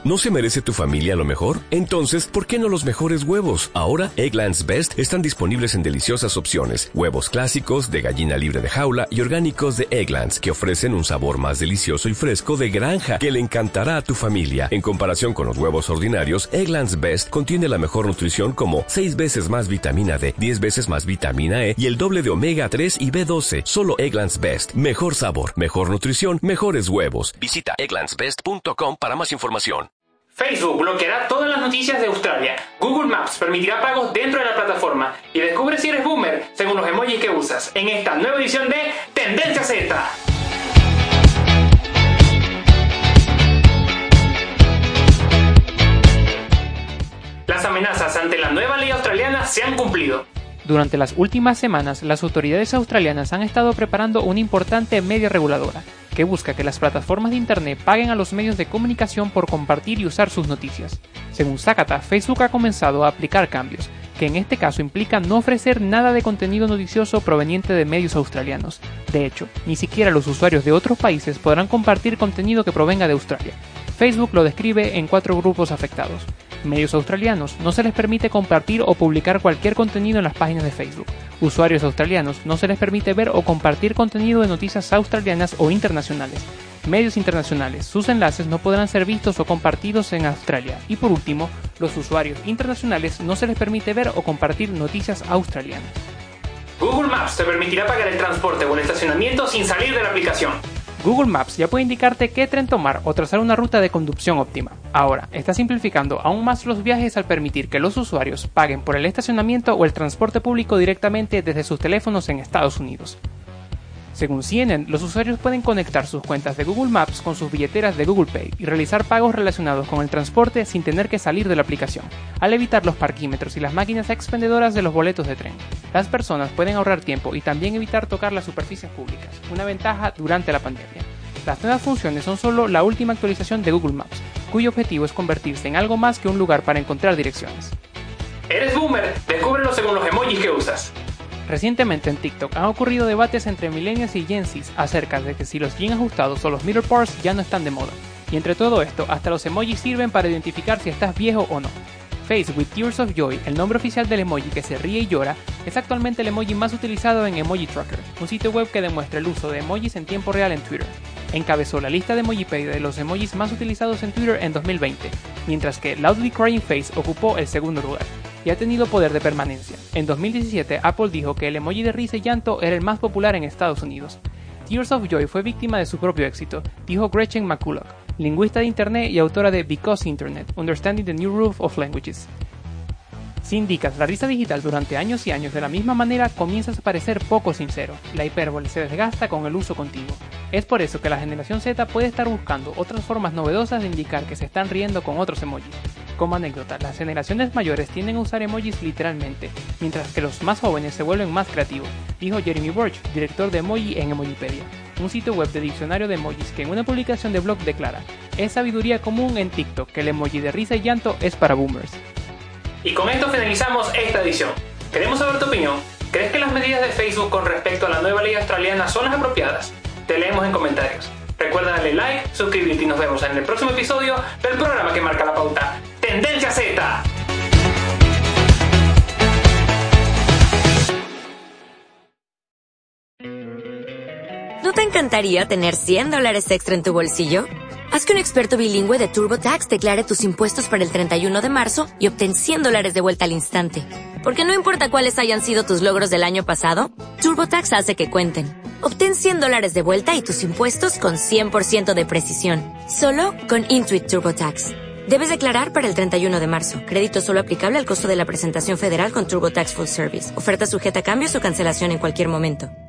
¿No se merece tu familia lo mejor? Entonces, ¿por qué no los mejores huevos? Ahora, Eggland's Best están disponibles en deliciosas opciones. Huevos clásicos, de gallina libre de jaula y orgánicos de Eggland's, que ofrecen un sabor más delicioso y fresco de granja que le encantará a tu familia. En comparación con los huevos ordinarios, Eggland's Best contiene la mejor nutrición como 6 veces más vitamina D, 10 veces más vitamina E y el doble de omega 3 y B12. Solo Eggland's Best. Mejor sabor, mejor nutrición, mejores huevos. Visita egglandsbest.com para más información. Facebook bloqueará todas las noticias de Australia. Google Maps permitirá pagos dentro de la plataforma. Y descubre si eres boomer según los emojis que usas en esta nueva edición de Tendencia Z. Las amenazas ante la nueva ley australiana se han cumplido. Durante las últimas semanas, las autoridades australianas han estado preparando una importante medida reguladora que busca que las plataformas de Internet paguen a los medios de comunicación por compartir y usar sus noticias. Según Sakata, Facebook ha comenzado a aplicar cambios, que en este caso implican no ofrecer nada de contenido noticioso proveniente de medios australianos. De hecho, ni siquiera los usuarios de otros países podrán compartir contenido que provenga de Australia. Facebook lo describe en 4 grupos afectados. Medios australianos, no se les permite compartir o publicar cualquier contenido en las páginas de Facebook. Usuarios australianos, no se les permite ver o compartir contenido de noticias australianas o internacionales. Medios internacionales, sus enlaces no podrán ser vistos o compartidos en Australia. Y por último, los usuarios internacionales no se les permite ver o compartir noticias australianas. Google Maps te permitirá pagar el transporte o el estacionamiento sin salir de la aplicación. Google Maps ya puede indicarte qué tren tomar o trazar una ruta de conducción óptima. Ahora, está simplificando aún más los viajes al permitir que los usuarios paguen por el estacionamiento o el transporte público directamente desde sus teléfonos en Estados Unidos. Según CNN, los usuarios pueden conectar sus cuentas de Google Maps con sus billeteras de Google Pay y realizar pagos relacionados con el transporte sin tener que salir de la aplicación, al evitar los parquímetros y las máquinas expendedoras de los boletos de tren. Las personas pueden ahorrar tiempo y también evitar tocar las superficies públicas, una ventaja durante la pandemia. Las nuevas funciones son solo la última actualización de Google Maps, cuyo objetivo es convertirse en algo más que un lugar para encontrar direcciones. ¿Eres boomer? Descúbrelo según los emojis que usas. Recientemente en TikTok han ocurrido debates entre millennials y Gen Zs acerca de que si los jeans ajustados o los middle parts ya no están de moda. Y entre todo esto, hasta los emojis sirven para identificar si estás viejo o no. Face with Tears of Joy, el nombre oficial del emoji que se ríe y llora, es actualmente el emoji más utilizado en Emoji Tracker, un sitio web que demuestra el uso de emojis en tiempo real en Twitter. Encabezó la lista de Emojipedia de los emojis más utilizados en Twitter en 2020, mientras que Loudly Crying Face ocupó el segundo lugar, y ha tenido poder de permanencia. En 2017, Apple dijo que el emoji de risa y llanto era el más popular en Estados Unidos. Tears of Joy fue víctima de su propio éxito, dijo Gretchen McCulloch, lingüista de Internet y autora de Because Internet, Understanding the New Roof of Languages. Si indicas la risa digital durante años y años de la misma manera, comienzas a parecer poco sincero. La hipérbole se desgasta con el uso continuo. Es por eso que la generación Z puede estar buscando otras formas novedosas de indicar que se están riendo con otros emojis. Como anécdota, las generaciones mayores tienden a usar emojis literalmente, mientras que los más jóvenes se vuelven más creativos, dijo Jeremy Burch, director de Emoji en Emojipedia, un sitio web de diccionario de emojis que en una publicación de blog declara: es sabiduría común en TikTok que el emoji de risa y llanto es para boomers. Y con esto finalizamos esta edición. Queremos saber tu opinión. ¿Crees que las medidas de Facebook con respecto a la nueva ley australiana son las apropiadas? Te leemos en comentarios. Recuerda darle like, suscribirte y nos vemos en el próximo episodio del programa que marca la pauta, Tendencia Z. ¿No te encantaría tener $100 extra en tu bolsillo? Haz que un experto bilingüe de TurboTax declare tus impuestos para el 31 de marzo y obtén $100 de vuelta al instante. Porque no importa cuáles hayan sido tus logros del año pasado, TurboTax hace que cuenten. Obtén $100 de vuelta y tus impuestos con 100% de precisión. Solo con Intuit TurboTax. Debes declarar para el 31 de marzo. Crédito solo aplicable al costo de la presentación federal con TurboTax Full Service. Oferta sujeta a cambios o cancelación en cualquier momento.